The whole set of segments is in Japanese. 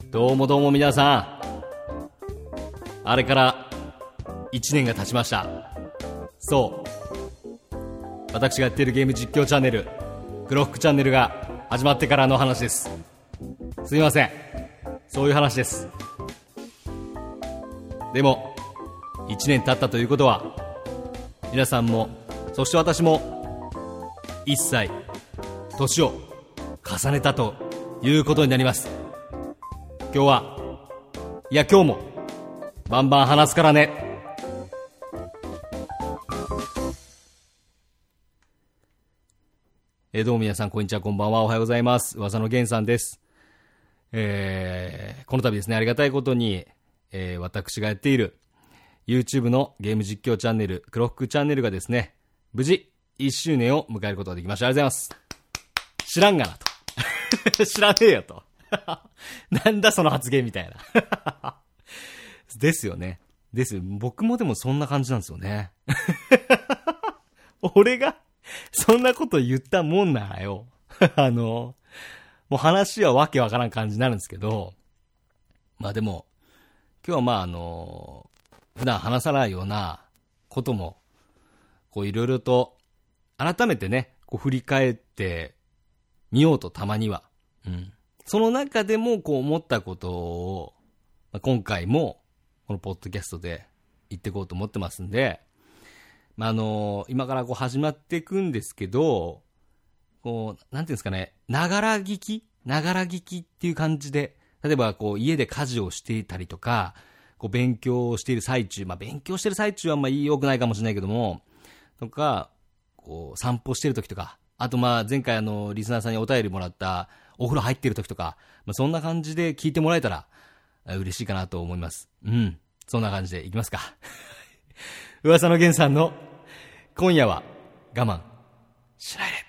どうも皆さん、あれから1年が経ちました。そう、私がやっているゲーム実況チャンネルクロックチャンネルが始まってからの話です。すいません、そういう話です。でも1年経ったということは、皆さんもそして私も1歳年を重ねたということになります。今日もバンバン話すからね。どうも皆さん、こんにちは、こんばんは、おはようございます。噂の源さんです。この度ですね、ありがたいことに、私がやっている YouTube のゲーム実況チャンネルクロックチャンネルがですね、無事1周年を迎えることができました。ありがとうございます。知らんがなと知らねえよとなんだその発言みたいなですよね。ですよ。僕もでもそんな感じなんですよね俺がそんなこと言ったもんならよもう話はわけわからん感じになるんですけど、まあでも今日は普段話さないようなこともこういろいろと改めてね、こう振り返ってみようと、たまには、その中でもこう思ったことを、今回もこのポッドキャストで言っていこうと思ってますんで、今からこう始まっていくんですけど、こうなんていうんですかね、ながら聞きっていう感じで、例えばこう家で家事をしていたりとか、こう勉強をしている最中、勉強している最中は言いよくないかもしれないけども、とかこう散歩している時とか、あと前回リスナーさんにお便りもらったお風呂入っている時とか、そんな感じで聞いてもらえたら嬉しいかなと思います。そんな感じでいきますか噂の源さんの今夜は我慢しないで。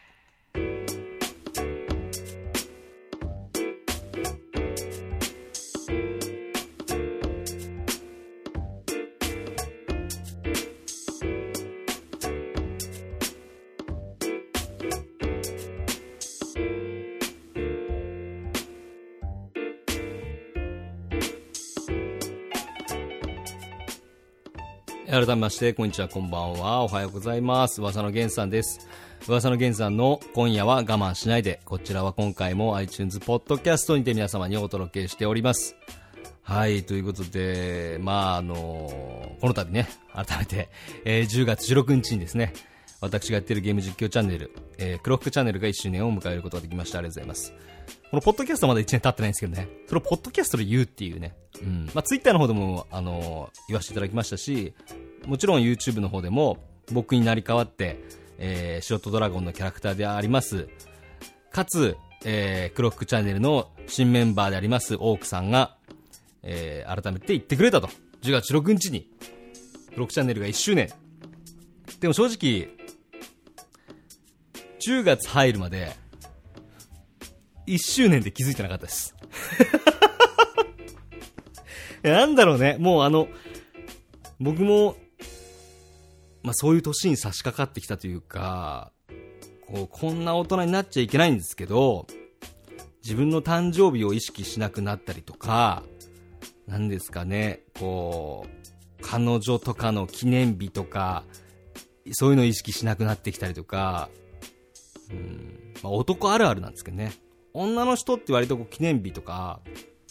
改めましてこんにちは、こんばんは、おはようございます。噂の源さんです。噂の源さんの今夜は我慢しないで、こちらは今回も iTunes ポッドキャストにて皆様にお届けしております。はい、ということでこの度ね、改めて、10月16日にですね、私がやっているゲーム実況チャンネル、クロックチャンネルが1周年を迎えることができました。ありがとうございます。このポッドキャストまだ1年経ってないんですけどね、それをポッドキャストで言うっていうね、ツイッターの方でも言わせていただきましたし、もちろん YouTube の方でも僕になり変わって、シロットドラゴンのキャラクターでありますかつ、クロックチャンネルの新メンバーでありますオークさんが、改めて言ってくれたと。10月16日にクロックチャンネルが1周年。でも正直10月入るまで1周年で気づいてなかったですなんだろうね、もう僕もそういう年に差し掛かってきたというか、こんな大人になっちゃいけないんですけど、自分の誕生日を意識しなくなったりとか、なんですかね、彼女とかの記念日とかそういうのを意識しなくなってきたりとか、男あるあるなんですけどね、女の人って割と記念日とか、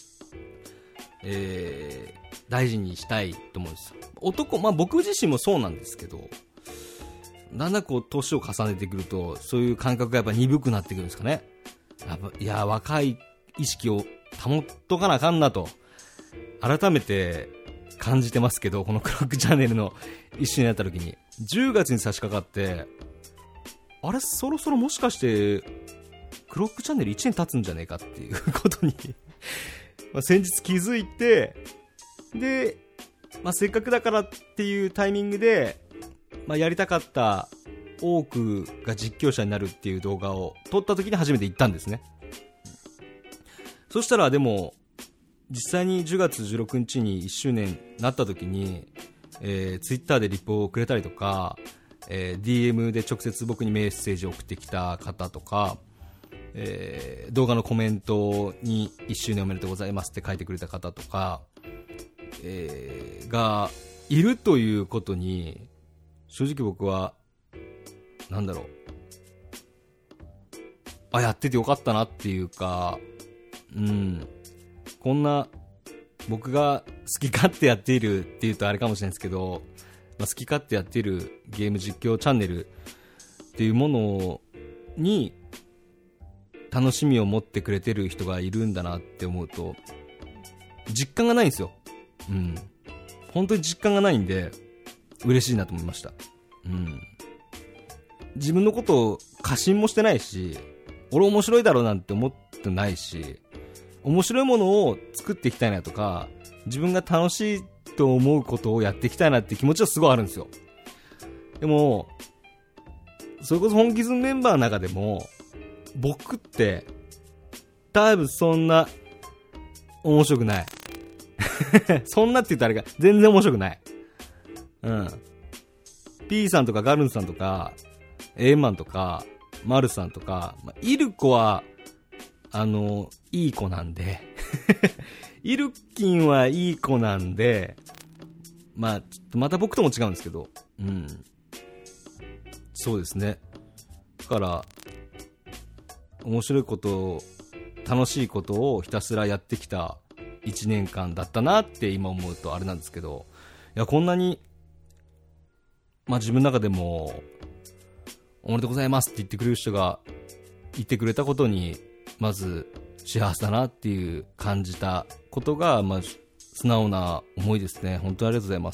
大事にしたいと思うんですよ。男、僕自身もそうなんですけど、だんだん年を重ねてくるとそういう感覚がやっぱ鈍くなってくるんですかね。いや、若い意識を保っとかなあかんなと改めて感じてますけど、このクロックチャンネルの一緒になった時に10月に差し掛かって、あれ、そろそろもしかしてクロックチャンネル1年経つんじゃねえかっていうことに先日気づいて、で、せっかくだからっていうタイミングで、やりたかった多くが実況者になるっていう動画を撮った時に初めて言ったんですね。そしたらでも実際に10月16日に1周年なった時に、ツイッターでリポをくれたりとか、DM で直接僕にメッセージを送ってきた方とか、 動画のコメントに1周年おめでとうございますって書いてくれた方とか、がいるということに正直僕はなんだろう、やっててよかったなっていうか、こんな僕が好き勝手やっているっていうとあれかもしれないですけど、好き勝手やっているゲーム実況チャンネルっていうものに楽しみを持ってくれてる人がいるんだなって思うと実感がないんですよ。本当に実感がないんで嬉しいなと思いました。自分のことを過信もしてないし、俺面白いだろうなんて思ってないし、面白いものを作っていきたいなとか、自分が楽しいと思うことをやっていきたいなって気持ちはすごいあるんですよ。でもそれこそ本気ズンメンバーの中でも僕って多分そんな面白くないそんなって言ったらあれか、全然面白くない。P さんとかガルンさんとかエーマンとかマルさんとか、イルコはいい子なんでイルキンはいい子なんで、また僕とも違うんですけど、そうですね。だから面白いこと楽しいことをひたすらやってきた1年間だったなって今思うとあれなんですけど、いやこんなに自分の中でもおめでとうございますって言ってくれる人がいてくれたことにまず幸せだなっていう感じたことが、素直な思いですね。本当にありがとうございます。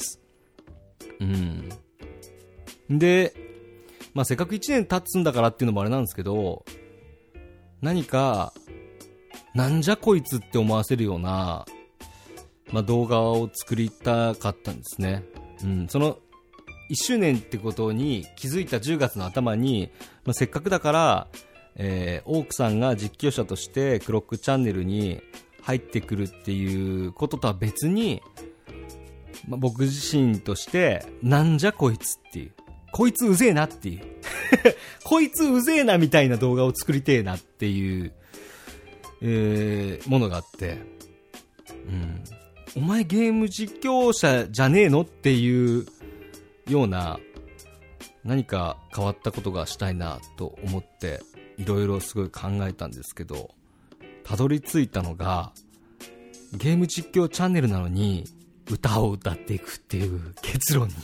で、せっかく1年経つんだからっていうのもあれなんですけど、何かなんじゃこいつって思わせるような、動画を作りたかったんですね。その1周年ってことに気づいた10月の頭に、せっかくだから、オークさんが実況者としてクロックチャンネルに入ってくるっていうこととは別に、僕自身としてなんじゃこいつっていう、こいつうぜえなっていうこいつうぜえなみたいな動画を作りてえなっていう、ものがあって、お前ゲーム実況者じゃねえのっていうような何か変わったことがしたいなと思っていろいろすごい考えたんですけど、たどり着いたのがゲーム実況チャンネルなのに歌を歌っていくっていう結論に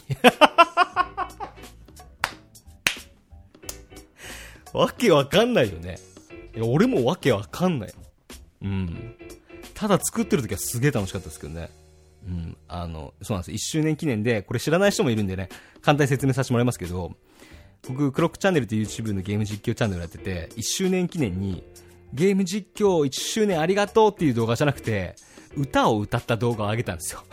わけわかんないよね。いや俺もわけわかんない。ただ作ってる時はすげえ楽しかったですけどね。そうなんです。1周年記念で、これ知らない人もいるんでね、簡単に説明させてもらいますけど、僕クロックチャンネルっていう YouTube のゲーム実況チャンネルやってて、1周年記念にゲーム実況1周年ありがとうっていう動画じゃなくて、歌を歌った動画を上げたんですよ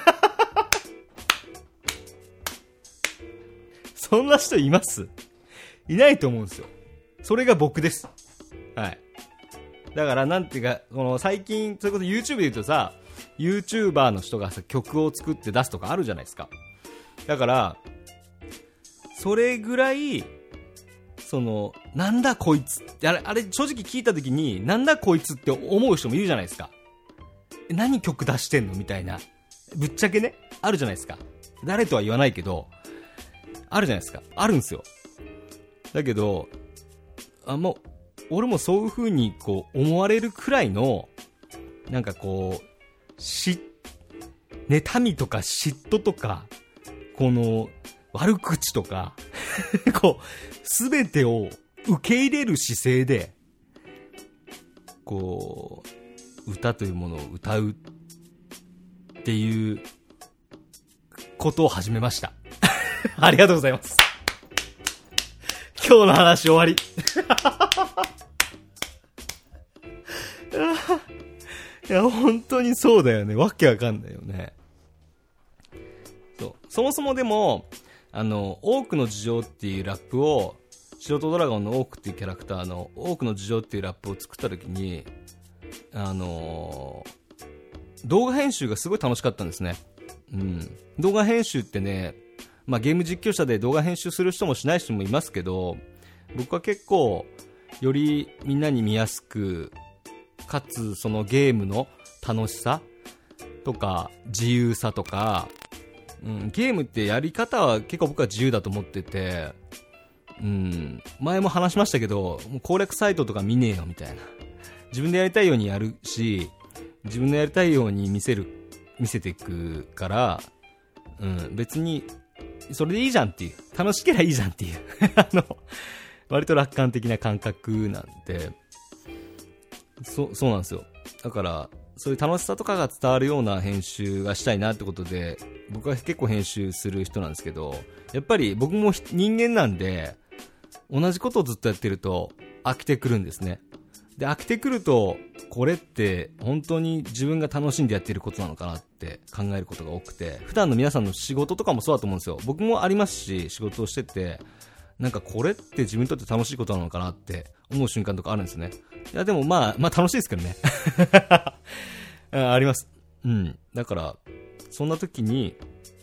そんな人います？いないと思うんですよ。それが僕です。はい。だからなんていうか、この最近それこそ YouTube で言うとさ、YouTuber の人がさ曲を作って出すとかあるじゃないですか。だからそれぐらいなんだこいつってあれ正直聞いた時になんだこいつって思う人もいるじゃないですか。何曲出してんのみたいな、ぶっちゃけね、あるじゃないですか。誰とは言わないけどあるじゃないですか。あるんですよ。だけどもう俺もそういう風にこう思われるくらいのなんかこう妬みとか嫉妬とかこの悪口とかこう全てを受け入れる姿勢でこう歌というものを歌うっていうことを始めましたありがとうございます。今日の話終わりいや本当にそうだよね。わけわかんないよね。そもそもでも多くの事情っていうラップを、素人ドラゴンのオークっていうキャラクターの多くの事情っていうラップを作った時に動画編集がすごい楽しかったんですね。動画編集ってね、ゲーム実況者で動画編集する人もしない人もいますけど、僕は結構よりみんなに見やすく、かつそのゲームの楽しさとか自由さとか、ゲームってやり方は結構僕は自由だと思ってて、前も話しましたけど、もう攻略サイトとか見ねえよみたいな。自分でやりたいようにやるし、自分のやりたいように見せていくから、別にそれでいいじゃんっていう、楽しければいいじゃんっていう割と楽観的な感覚なんで、そうなんですよ。だからそういう楽しさとかが伝わるような編集がしたいなってことで、僕は結構編集する人なんですけど、やっぱり僕も人間なんで、同じことをずっとやってると飽きてくるんですね。で、飽きてくると、これって本当に自分が楽しんでやってることなのかなって考えることが多くて、普段の皆さんの仕事とかもそうだと思うんですよ。僕もありますし、仕事をしてて、なんかこれって自分にとって楽しいことなのかなって思う瞬間とかあるんですね。いやでもまあ楽しいですけどねあります。だからそんな時に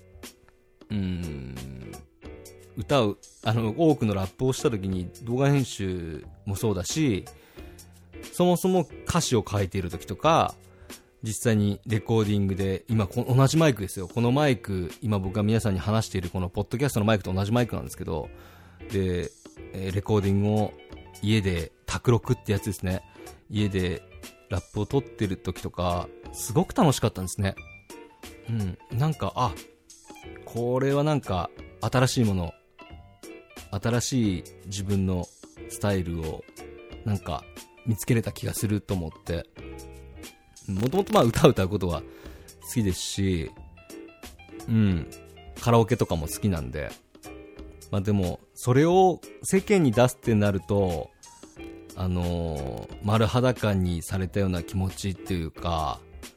歌う多くのラップをした時に、動画編集もそうだし、そもそも歌詞を書いている時とか、実際にレコーディングで、今同じマイクですよ。このマイク、今僕が皆さんに話しているこのポッドキャストのマイクと同じマイクなんですけど、で、レコーディングを家で卓録ってやつですね、家でラップを撮ってる時とかすごく楽しかったんですね。なんかこれはなんか新しいもの、新しい自分のスタイルをなんか見つけれた気がすると思って、もともと歌を歌うことは好きですし、カラオケとかも好きなんで、でもそれを世間に出すってなると、丸裸にされたような気持ちっていうか、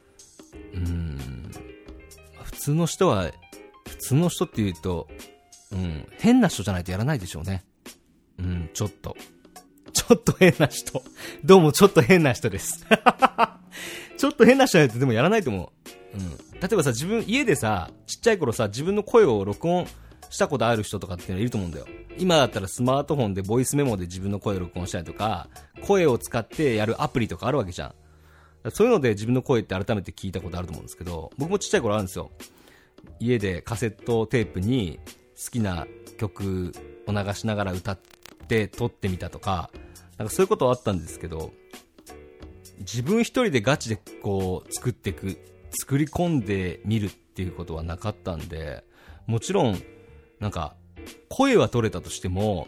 普通の人っていうと、変な人じゃないとやらないでしょうね。ちょっと変な人。どうもちょっと変な人です。ちょっと変な人じゃないとでもやらないと思う。例えばさ、自分家でさ、ちっちゃい頃さ、自分の声を録音したことある人とかっていうのいると思うんだよ。今だったらスマートフォンでボイスメモで自分の声を録音したりとか、声を使ってやるアプリとかあるわけじゃん。そういうので自分の声って改めて聞いたことあると思うんですけど、僕もちっちゃい頃あるんですよ。家でカセットテープに好きな曲を流しながら歌って撮ってみたとか、なんかそういうことはあったんですけど、自分一人でガチでこう作り込んでみるっていうことはなかったんで、もちろんなんか声は取れたとしても、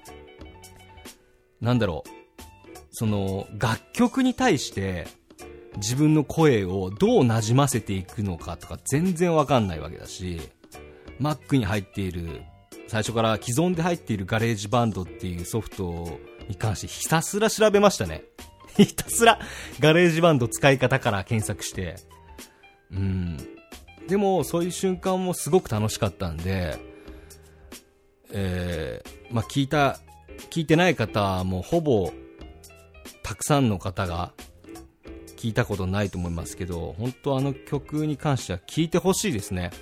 その楽曲に対して自分の声をどう馴染ませていくのかとか全然わかんないわけだし、 Mac に入っている、最初から既存で入っているガレージバンドっていうソフトに関してひたすら調べましたね。ひたすらガレージバンド使い方から検索して、でもそういう瞬間もすごく楽しかったんで、聞いてない方もほぼたくさんの方が聞いたことないと思いますけど、本当曲に関しては聞いてほしいですね。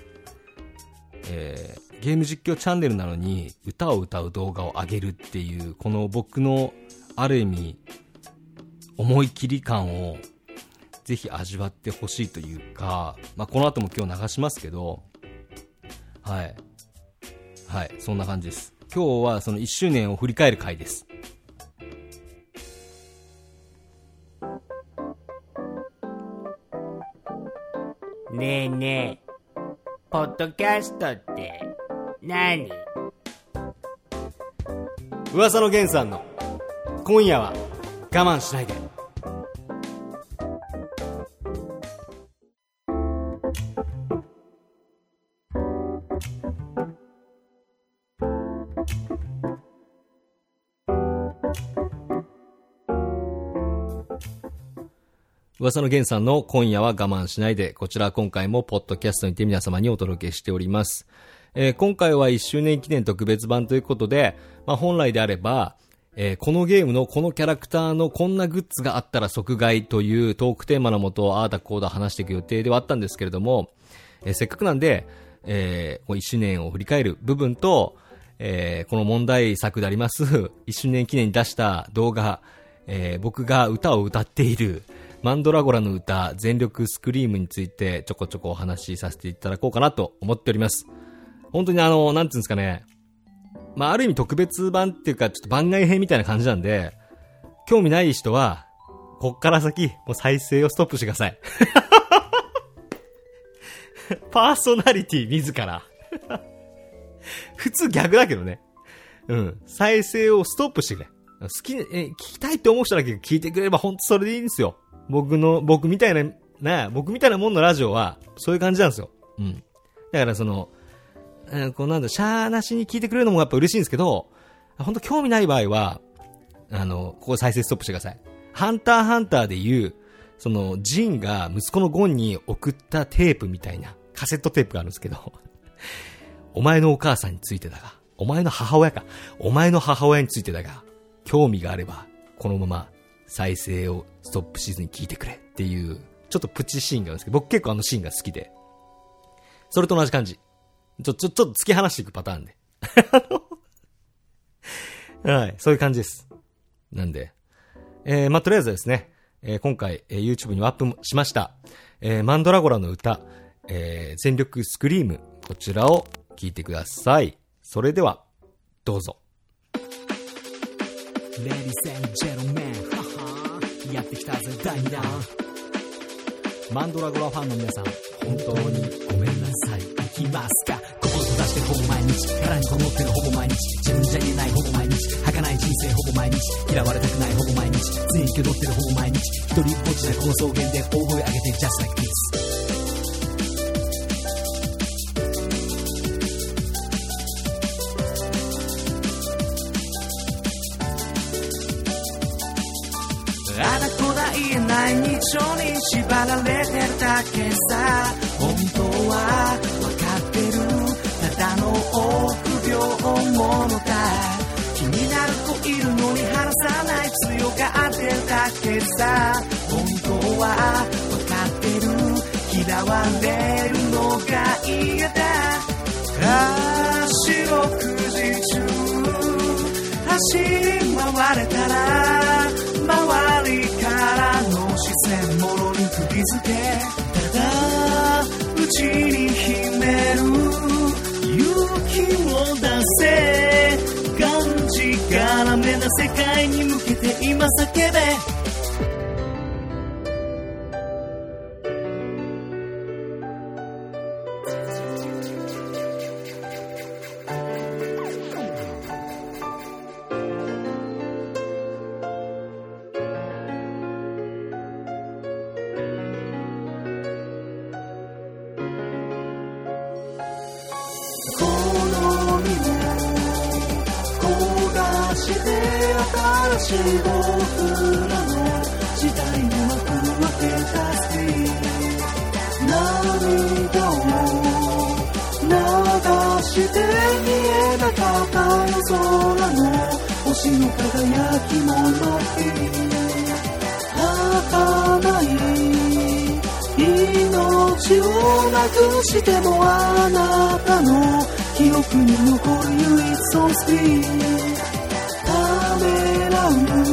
ゲーム実況チャンネルなのに歌を歌う動画を上げるっていう、この僕のある意味思い切り感をぜひ味わってほしいというか、この後も今日流しますけど、はいそんな感じです。今日はその1周年を振り返る回です。 ねえねえ、ポッドキャストって何？ 噂の源さんの今夜は我慢しないで。噂の源さんの今夜は我慢しないで、こちら今回もポッドキャストにて皆様にお届けしております。今回は1周年記念特別版ということで、本来であれば、このゲームのこのキャラクターのこんなグッズがあったら即買いというトークテーマのもと、あーだこーだ話していく予定ではあったんですけれども、せっかくなんで、1周年を振り返る部分と、この問題作であります1周年記念に出した動画、 僕が歌を歌っているマンドラゴラの歌全力スクリームについてちょこちょこお話しさせていただこうかなと思っております。本当になんていうんですかね、まあある意味特別版っていうかちょっと番外編みたいな感じなんで、興味ない人はこっから先もう再生をストップしてください。パーソナリティ自ら普通逆だけどね。再生をストップしてくれ。好き聞きたいって思う人だけ聞いてくれれば本当それでいいんですよ。僕みたいなもんのラジオはそういう感じなんですよ。だからこうシャーなしに聞いてくれるのもやっぱ嬉しいんですけど、本当興味ない場合はここ再生ストップしてください。ハンターハンターで言うジンが息子のゴンに送ったテープみたいなカセットテープがあるんですけど、お前のお母さんについてだが、お前の母親についてだが、興味があればこのまま再生をストップしずに聞いてくれっていうちょっとプチシーンがあるんですけど、僕結構シーンが好きで、それと同じ感じ。ちょっと突き放していくパターンで。はい、そういう感じです。なんで、とりあえずですね、今回、YouTube にアップしました、マンドラゴラの歌、全力スクリーム、こちらを聞いてください。それでは、どうぞ。 Ladies and gentlemen、やってきたぜ第2弾。マンドラゴラファンの皆さん、本当にごめんなさい。いきますか。心閉ざしてるほぼ毎日、殻にこもってるほぼ毎日、自分じゃ言えないほぼ毎日、儚い人生ほぼ毎日、嫌われたくないほぼ毎日、常に気取ってるほぼ毎日、一人ぼっちなこの草原で大声上げて Just like this。あだこだ言えない日常に縛られてるだけさ。本当は分かってる、ただの臆病者だ。気になる子いるのに話さない強がってるだけさ。本当は分かってる、嫌われるのが嫌だ。四六時中走り回れたら、周りからの視線もろに釘付け。ただ内に秘める勇気を出せ。がんじがらめな世界に向けて今叫べ。新しい僕らの時代には来るわけだし、涙を流して見えなかった夜空の星の輝きもまき、儚い命をなくしてもあなたの記憶に残る唯一のスピード。ためらう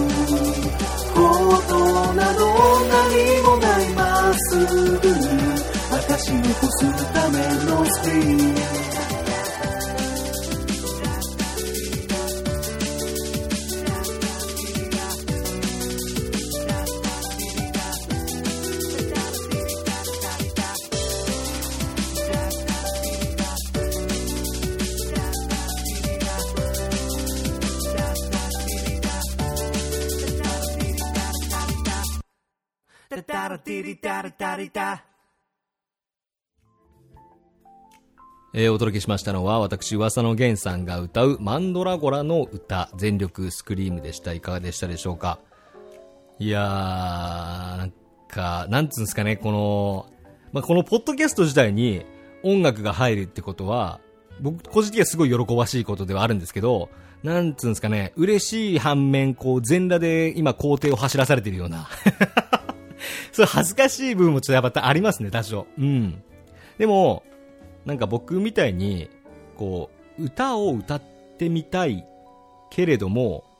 ことなど何もない、まっすぐに私残すためのスピード。 お届けしましたのは私噂の源さんが歌うマンドラゴラの歌全力スクリームでした。いかがでしたでしょうか。いやー、なんつうんですかね、このポッドキャスト自体に音楽が入るってことは僕個人的にはすごい喜ばしいことではあるんですけど、なんつうんですかね、嬉しい反面全裸で今校庭を走らされているようなそう恥ずかしい部分もちょっとやっぱありますね、多少。でもなんか僕みたいに歌を歌ってみたいけれども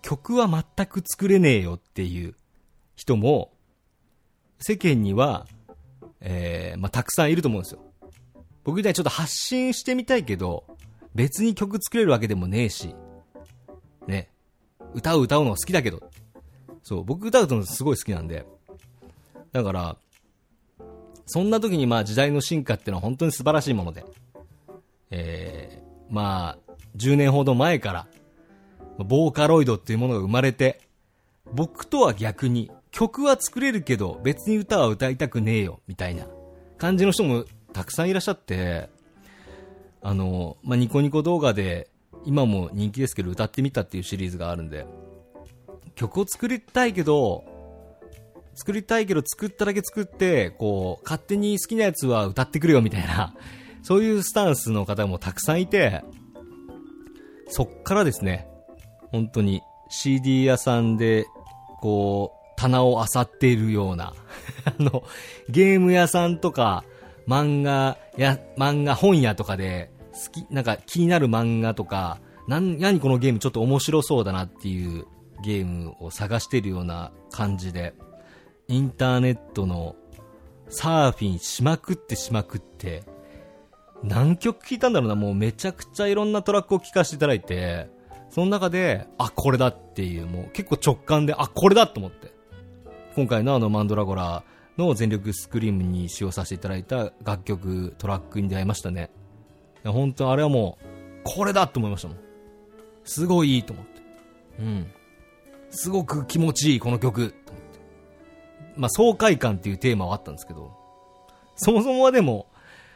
曲は全く作れねえよっていう人も世間には、たくさんいると思うんですよ。僕みたいにちょっと発信してみたいけど、別に曲作れるわけでもねえし、ね、歌うのが好きだけど、そう、僕歌うのすごい好きなんで、だから、そんな時に時代の進化っていうのは本当に素晴らしいもので、10年ほど前から、ボーカロイドっていうものが生まれて、僕とは逆に曲は作れるけど別に歌は歌いたくねえよみたいな感じの人もたくさんいらっしゃって、ニコニコ動画で今も人気ですけど歌ってみたっていうシリーズがあるんで、曲を作りたいけど作っただけ作ってこう勝手に好きなやつは歌ってくれよみたいな、そういうスタンスの方もたくさんいて、そっからですね、本当に CD 屋さんでこう棚を漁っているようなゲーム屋さんとか漫画本屋とかでなんか気になる漫画とか何このゲームちょっと面白そうだなっていうゲームを探しているような感じで、インターネットのサーフィンしまくって何曲聴いたんだろうな、もうめちゃくちゃいろんなトラックを聴かせていただいて、その中でこれだっていう、もう結構直感でこれだと思って、今回のマンドラゴラの全力スクリームに使用させていただいた楽曲トラックに出会いましたね。いや本当あれはもうこれだと思いましたもん。すごいいいと思って、すごく気持ちいいこの曲と思って、爽快感っていうテーマはあったんですけど、そもそもはでも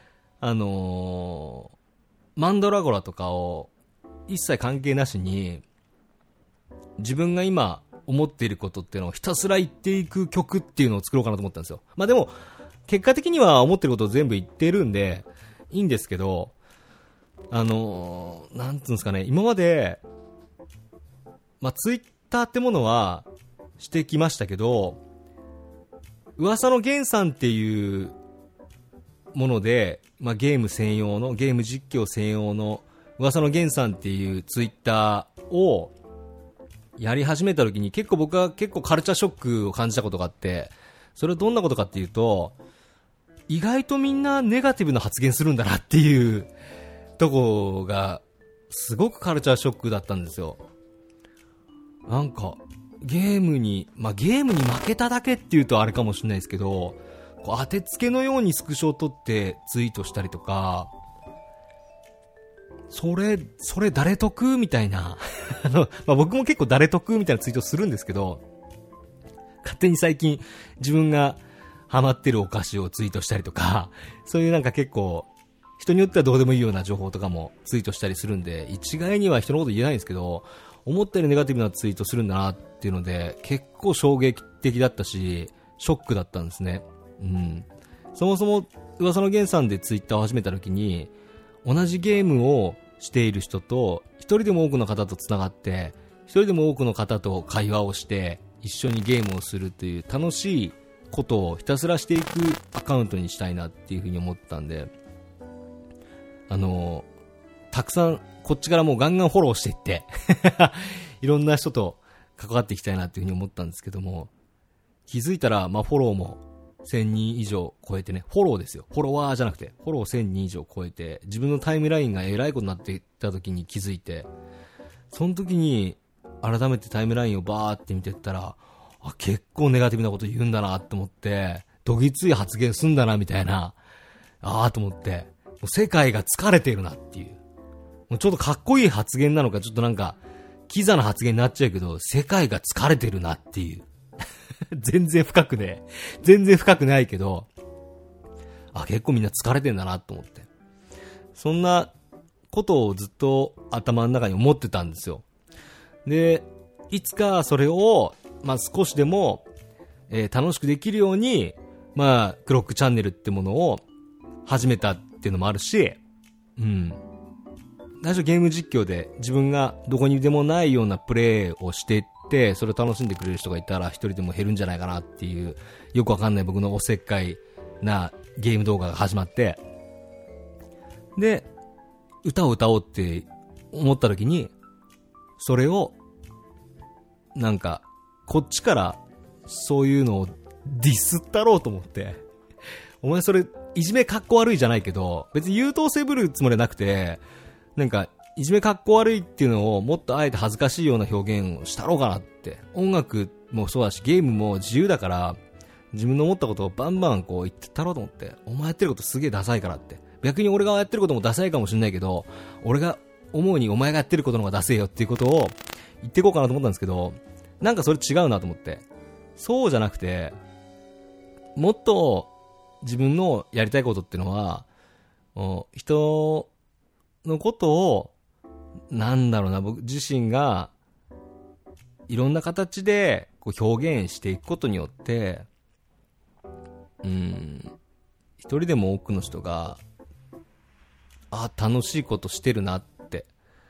マンドラゴラとかを一切関係なしに自分が今思っていることっていうのをひたすら言っていく曲っていうのを作ろうかなと思ったんですよ。でも結果的には思ってることを全部言ってるんでいいんですけど、なんていうんですかね、今までツイッターってものはしてきましたけど、噂の源さんっていうもので、ゲーム実況専用の噂の源さんっていうツイッターをやり始めた時に僕は結構カルチャーショックを感じたことがあって、それはどんなことかっていうと、意外とみんなネガティブな発言するんだなっていうとこがすごくカルチャーショックだったんですよ。なんかゲームに負けただけっていうとあれかもしれないですけど、こう当てつけのようにスクショを撮ってツイートしたりとか、それ誰得みたいな僕も結構誰得みたいなツイートするんですけど、勝手に最近自分がハマってるお菓子をツイートしたりとか、そういうなんか結構人によってはどうでもいいような情報とかもツイートしたりするんで、一概には人のこと言えないんですけど、思ったよりネガティブなツイートするんだなっていうので結構衝撃的だったしショックだったんですね。そもそも噂の源さんでツイッターを始めた時に、同じゲームをしている人と一人でも多くの方とつながって、一人でも多くの方と会話をして一緒にゲームをするという楽しいことをひたすらしていくアカウントにしたいなっていうふうに思ったんで、たくさんこっちからもうガンガンフォローしていっていろんな人と関わっていきたいなっていうふうに思ったんですけども、気づいたらフォローも1000人以上超えてね、フォローですよ、フォロワーじゃなくてフォロー1000人以上超えて、自分のタイムラインがえらいことになっていった時に気づいて、その時に改めてタイムラインをバーって見ていったら、結構ネガティブなこと言うんだなと思って、どぎつい発言すんだなみたいな、と思って、もう世界が疲れているなっていう、もうちょっとかっこいい発言なのか、ちょっとなんかキザな発言になっちゃうけど、世界が疲れてるなっていう全然深くないけど、結構みんな疲れてんだなと思って、そんなことをずっと頭の中に思ってたんですよ。で、いつかそれを少しでも、楽しくできるようにクロックチャンネルってものを始めたっていうのもあるし、最初ゲーム実況で自分がどこにでもないようなプレイをしていって、それを楽しんでくれる人がいたら一人でも減るんじゃないかなっていう、よくわかんない僕のおせっかいなゲーム動画が始まって、で歌を歌おうって思った時に、それをなんか、こっちからそういうのをディスったろうと思って、お前それ、いじめかっこ悪いじゃないけど、別に優等生ぶるつもりはなくて、なんか、いじめかっこ悪いっていうのをもっとあえて恥ずかしいような表現をしたろうかなって。音楽もそうだし、ゲームも自由だから、自分の思ったことをバンバンこう言ってったろうと思って、お前やってることすげえダサいからって。逆に俺がやってることもダサいかもしれないけど、俺が思うにお前がやってることの方がダセえよっていうことを言っていこうかなと思ったんですけど、なんかそれ違うなと思って。そうじゃなくて、もっと自分のやりたいことっていうのは、人のことを、なんだろうな、僕自身がいろんな形でこう表現していくことによって、一人でも多くの人が、楽しいことしてるなって、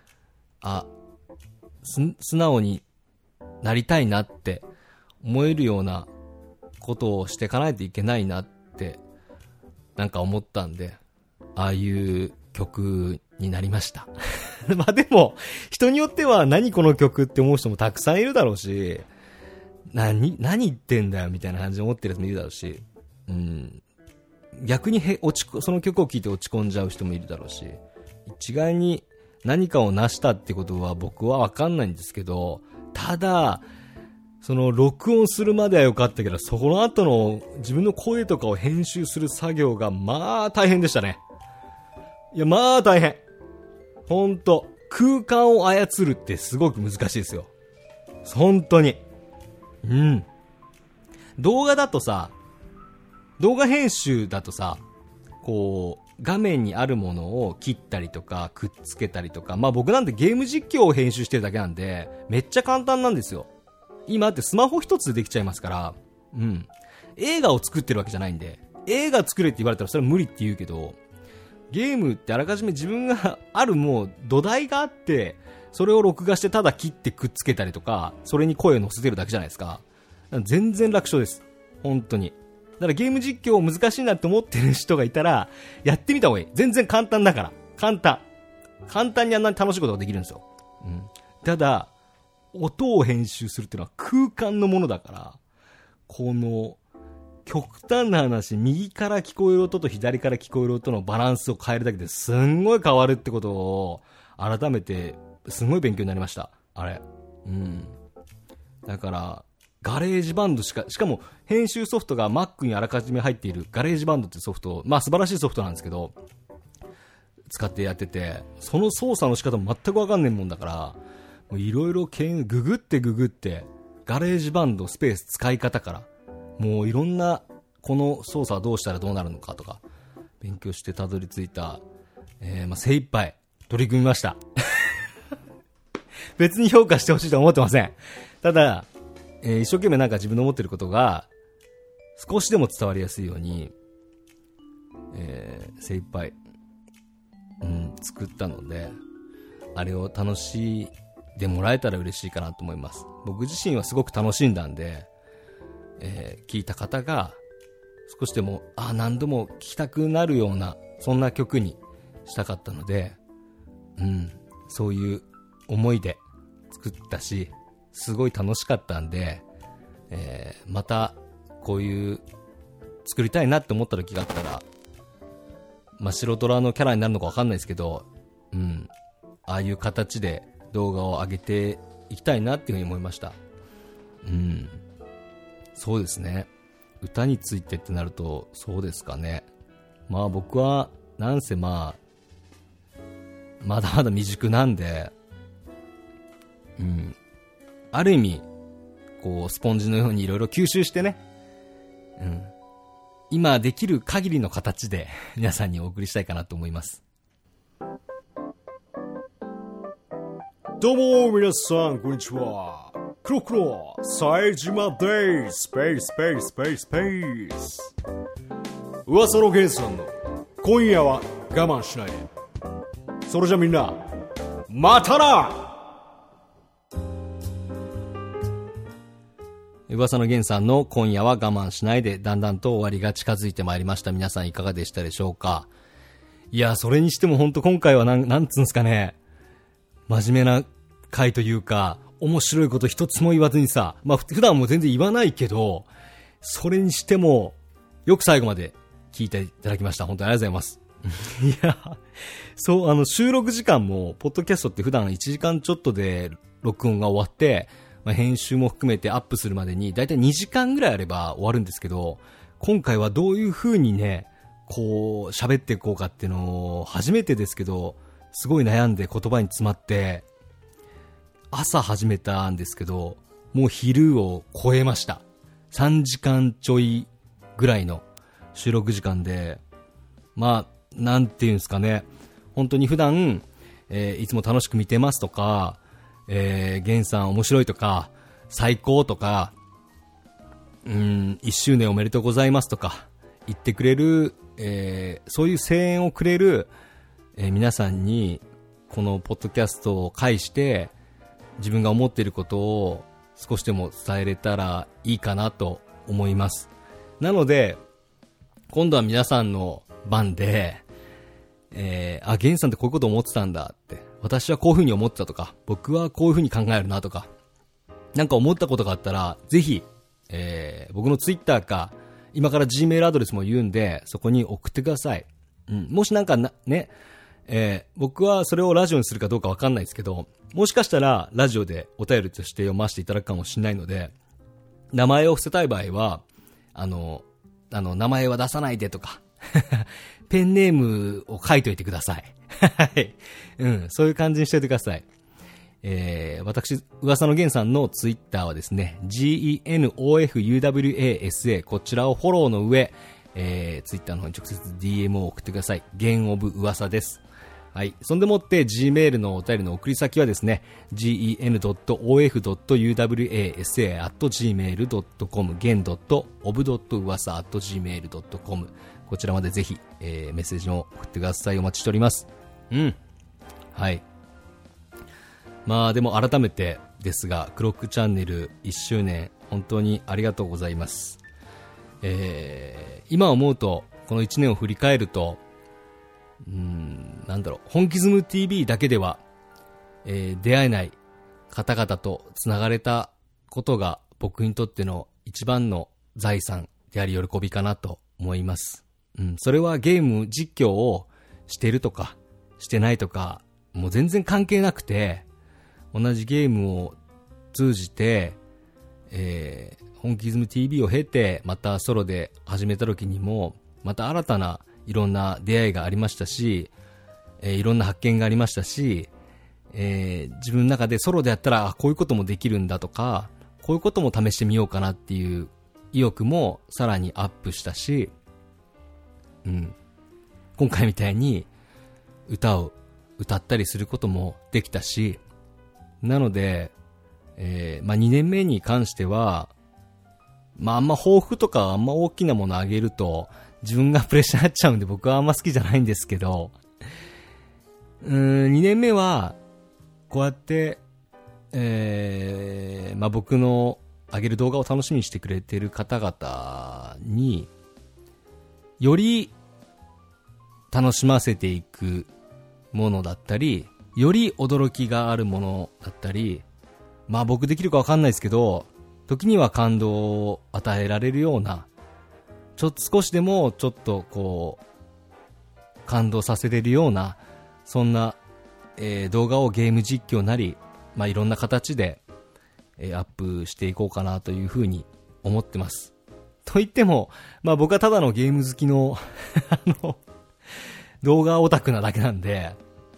素直になりたいなって思えるようなことをしていかないといけないなってなんか思ったんで、ああいう曲になりましたまあでも人によっては何この曲って思う人もたくさんいるだろうし、何言ってんだよみたいな感じで思ってる人もいるだろうし、逆にその曲を聴いて落ち込んじゃう人もいるだろうし、一概に何かを成したってことは僕は分かんないんですけど、ただその録音するまでは良かったけど、そこの後の自分の声とかを編集する作業がまあ大変でしたね。いやまあ大変、ほんと空間を操るってすごく難しいですよ、本当に。動画編集だとさ、こう画面にあるものを切ったりとかくっつけたりとか、まあ僕なんてゲーム実況を編集してるだけなんでめっちゃ簡単なんですよ。今ってスマホ一つでできちゃいますから、映画を作ってるわけじゃないんで、映画作れって言われたらそれは無理って言うけど、ゲームってあらかじめ自分があるもう土台があって、それを録画してただ切ってくっつけたりとか、それに声を乗せてるだけじゃないですか。全然楽勝です、本当に。だからゲーム実況難しいなって思ってる人がいたらやってみた方がいい。全然簡単だから、簡単にあんなに楽しいことができるんですよ。ただ音を編集するっていうのは空間のものだから、この極端な話、右から聞こえる音と左から聞こえる音のバランスを変えるだけですんごい変わるってことを改めてすごい勉強になりました、あれ。だからガレージバンドしかも編集ソフトが Mac にあらかじめ入っているガレージバンドってソフト、まあ素晴らしいソフトなんですけど、使ってやってて、その操作の仕方も全くわかんねえもんだから、いろいろググってガレージバンドスペース使い方から、もういろんなこの操作はどうしたらどうなるのかとか勉強してたどり着いた、精一杯取り組みました別に評価してほしいとは思ってません。ただ、一生懸命なんか自分の思ってることが少しでも伝わりやすいように、精一杯、作ったので、あれを楽しんでもらえたら嬉しいかなと思います。僕自身はすごく楽しんだんで、聞いた方が少しでも何度も聴きたくなるようなそんな曲にしたかったので、そういう思いで作ったし、すごい楽しかったんで、またこういう作りたいなって思った時があったら、白虎のキャラになるのか分かんないですけど、ああいう形で動画を上げていきたいなっていうふうに思いました。そうですね、歌についてってなるとそうですかね。まあ僕はなんせまだまだ未熟なんで、ある意味こうスポンジのようにいろいろ吸収してね、今できる限りの形で皆さんにお送りしたいかなと思います。 どうも皆さんこんにちは、クロクロ冴島です。スペース噂のゲンさんの今夜は我慢しないで。それじゃみんなまたな。 噂の源さんの今夜は我慢しないで、だんだんと終わりが近づいてまいりました。皆さんいかがでしたでしょうか。いや、それにしても本当今回はなんつうんすかね、真面目な回というか、 面白いこと一つも言わずにさ、まあ普段も全然言わないけど、それにしても、よく最後まで聞いていただきました。本当にありがとうございます。いや、そう、収録時間も、ポッドキャストって普段1時間ちょっとで録音が終わって、まあ、編集も含めてアップするまでに、だいたい2時間ぐらいあれば終わるんですけど、今回はどういう風にね、こう、喋っていこうかっていうのを、初めてですけど、すごい悩んで言葉に詰まって、朝始めたんですけど、もう昼を超えました。3時間ちょいぐらいの収録時間で、まあ、なんていうんですかね、本当に普段、いつも楽しく見てますとか、ゲンさん面白いとか、最高とか、1周年おめでとうございますとか、言ってくれる、そういう声援をくれる、皆さんに、このポッドキャストを介して、自分が思っていることを少しでも伝えれたらいいかなと思います。なので、今度は皆さんの番で、ゲンさんってこういうこと思ってたんだって、私はこういう風に思ってたとか、僕はこういう風に考えるなとか、なんか思ったことがあったら、ぜひ、僕のツイッターか、今から Gmail アドレスも言うんで、そこに送ってください。もしなんかね、僕はそれをラジオにするかどうかわかんないですけど、もしかしたらラジオでお便りとして読ませていただくかもしれないので、名前を伏せたい場合は、名前は出さないでとか、ペンネームを書いておいてください。はい。そういう感じにしておいてください。私、噂のゲンさんのツイッターはですね、GENOFUWASA、こちらをフォローの上、ツイッターの方に直接 DM を送ってください。ゲンオブ噂です。はい。そんでもって Gmail のお便りの送り先はですね、gen.of.uwasa@gmail.com、gen.of.uwasa@gmail.com、こちらまでぜひ、メッセージを送ってください。お待ちしております。はい。まあでも改めてですが、クロックチャンネル1周年、本当にありがとうございます。今思うと、この1年を振り返ると、本気ズム TV だけでは、出会えない方々とつながれたことが僕にとっての一番の財産であり喜びかなと思います。それはゲーム実況をしてるとかしてないとかもう全然関係なくて、同じゲームを通じて、本気ズム TV を経てまたソロで始めた時にもまた新たないろんな出会いがありましたし、いろんな発見がありましたし、自分の中でソロでやったらこういうこともできるんだとか、こういうことも試してみようかなっていう意欲もさらにアップしたし、今回みたいに歌を歌ったりすることもできたし、なので、2年目に関しては、あんま抱負とかあんま大きなものあげると自分がプレッシャーになっちゃうんで僕はあんま好きじゃないんですけど、2年目はこうやって、僕の上げる動画を楽しみにしてくれている方々により楽しませていくものだったり、より驚きがあるものだったり、僕できるかわかんないですけど、時には感動を与えられるような、少しでもちょっとこう感動させれるような、そんな、動画をゲーム実況なり、いろんな形で、アップしていこうかなというふうに思ってます。と言っても、僕はただのゲーム好きの動画オタクなだけなんで、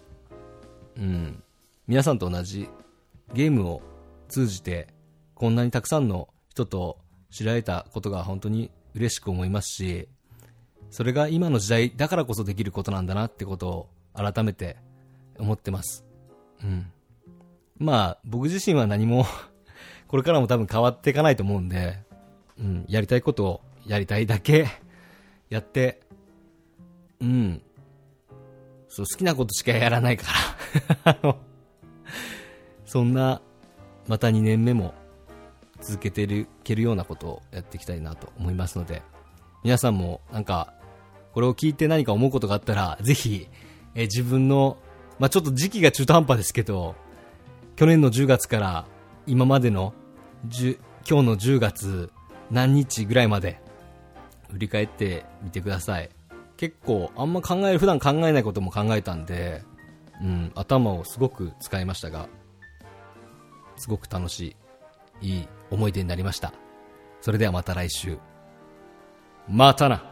皆さんと同じゲームを通じてこんなにたくさんの人と知られたことが本当に嬉しく思いますし、それが今の時代だからこそできることなんだなってことを改めて思ってます。僕自身は何もこれからも多分変わっていかないと思うんで、やりたいことをやりたいだけやって、好きなことしかやらないからそんなまた2年目も続けていけるようなことをやっていきたいなと思いますので、皆さんもなんかこれを聞いて何か思うことがあったらぜひ、自分のちょっと時期が中途半端ですけど、去年の10月から今までの今日の10月何日ぐらいまで振り返ってみてください。結構あんま普段考えないことも考えたんで、頭をすごく使いましたが、すごく楽しいいい思い出になりました。それではまた来週。またな。